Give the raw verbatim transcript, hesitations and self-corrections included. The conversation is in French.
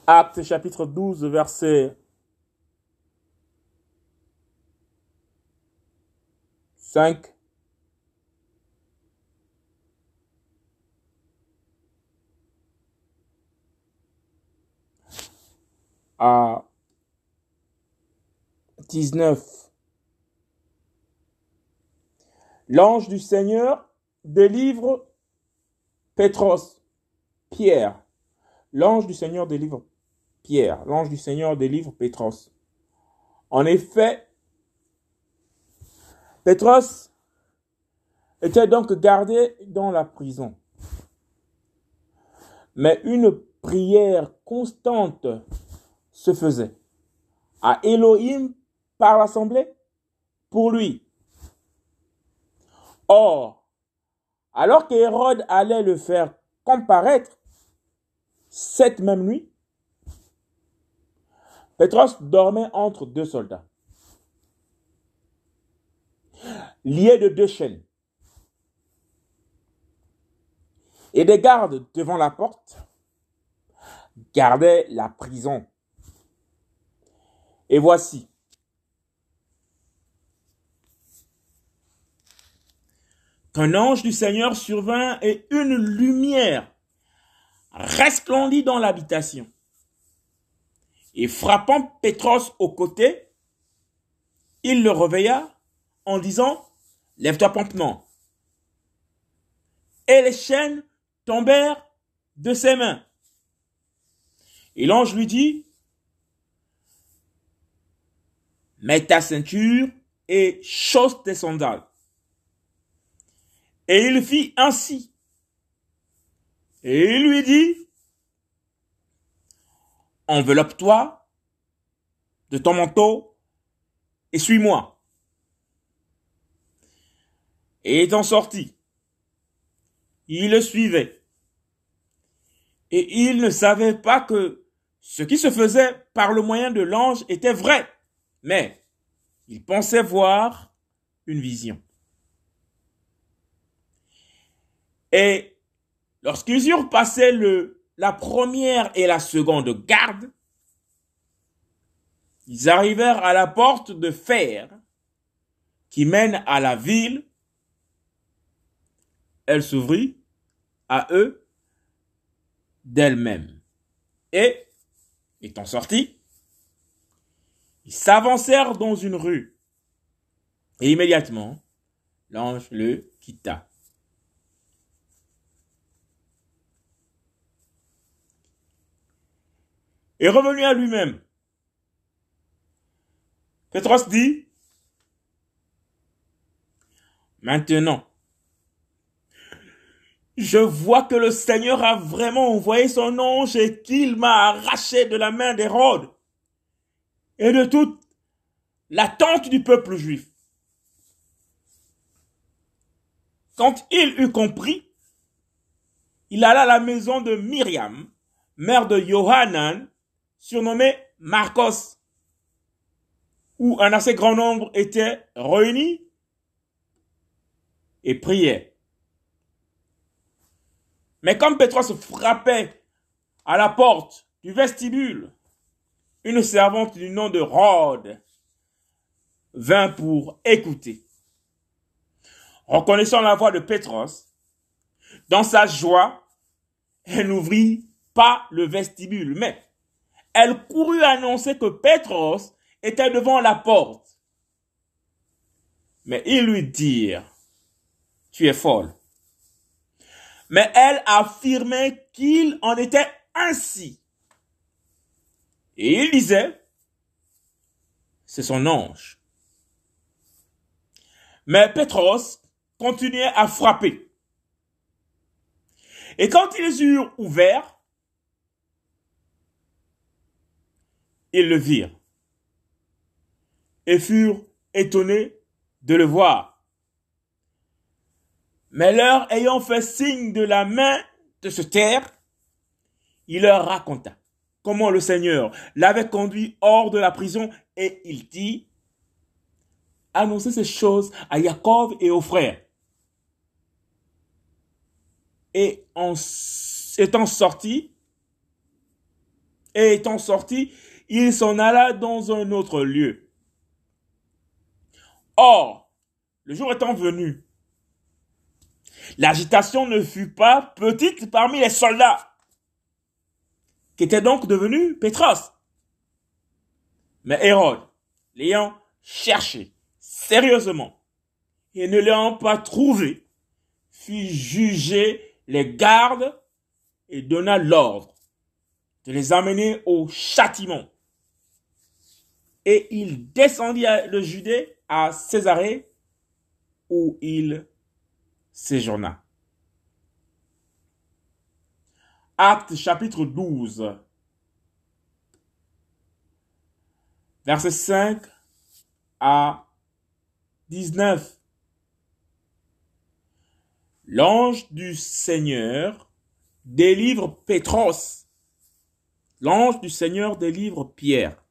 Actes chapitre douze, verset cinq. À dix-neuf. L'ange du Seigneur délivre Pétros, Pierre. L'ange du Seigneur délivre Pierre. L'ange du Seigneur délivre Pétros. En effet, Pétros était donc gardé dans la prison. Mais une prière constante se faisait à Elohim par l'assemblée pour lui. Or, alors qu'Hérode allait le faire comparaître cette même nuit, Pétros dormait entre deux soldats, liés de deux chaînes. Et des gardes devant la porte gardaient la prison. Et voici, qu'un ange du Seigneur survint et une lumière resplendit dans l'habitation. Et frappant Pétros au côté, il le réveilla en disant « Lève-toi promptement ». Et les chaînes tombèrent de ses mains. Et l'ange lui dit « Mets ta ceinture et chausse tes sandales ». Et il fit ainsi. Et il lui dit « Enveloppe-toi de ton manteau et suis-moi. » Et étant sorti, il le suivait. Et il ne savait pas que ce qui se faisait par le moyen de l'ange était vrai, mais il pensait voir une vision. Et lorsqu'ils eurent passé le, la première et la seconde garde, ils arrivèrent à la porte de fer qui mène à la ville. Elle s'ouvrit à eux d'elle-même. Et, étant sortis, ils s'avancèrent dans une rue. Et immédiatement, l'ange le quitta. Et revenu à lui-même, Pétros dit, maintenant, je vois que le Seigneur a vraiment envoyé son ange et qu'il m'a arraché de la main d'Hérode et de toute l'attente du peuple juif. Quand il eut compris, il alla à la maison de Myriam, mère de Yohanan, surnommée Marcos, où un assez grand nombre étaient réunis et priaient. Mais comme Pétros frappait à la porte du vestibule, une servante du nom de Rhodes vint pour écouter. Reconnaissant la voix de Pétros, dans sa joie, elle n'ouvrit pas le vestibule, mais elle courut annoncer que Pétros était devant la porte. Mais ils lui dirent, tu es folle. Mais elle affirmait qu'il en était ainsi. Et il disait, c'est son ange. Mais Pétros continuait à frapper. Et quand ils eurent ouvert, ils le virent et furent étonnés de le voir. Mais leur ayant fait signe de la main de se taire, il leur raconta comment le Seigneur l'avait conduit hors de la prison et il dit, annoncez ces choses à Jacob et aux frères. Et en étant sorti, Et étant sorti, il s'en alla dans un autre lieu. Or, le jour étant venu, l'agitation ne fut pas petite parmi les soldats, qui étaient donc devenus Pétros. Mais Hérode, l'ayant cherché sérieusement et ne l'ayant pas trouvé, fit juger les gardes et donna l'ordre de les amener au châtiment. Et il descendit de Judée à Césarée, où il séjourna. Actes chapitre douze, versets cinq à dix-neuf. L'ange du Seigneur délivre Pétros. L'ange du Seigneur délivre Pierre.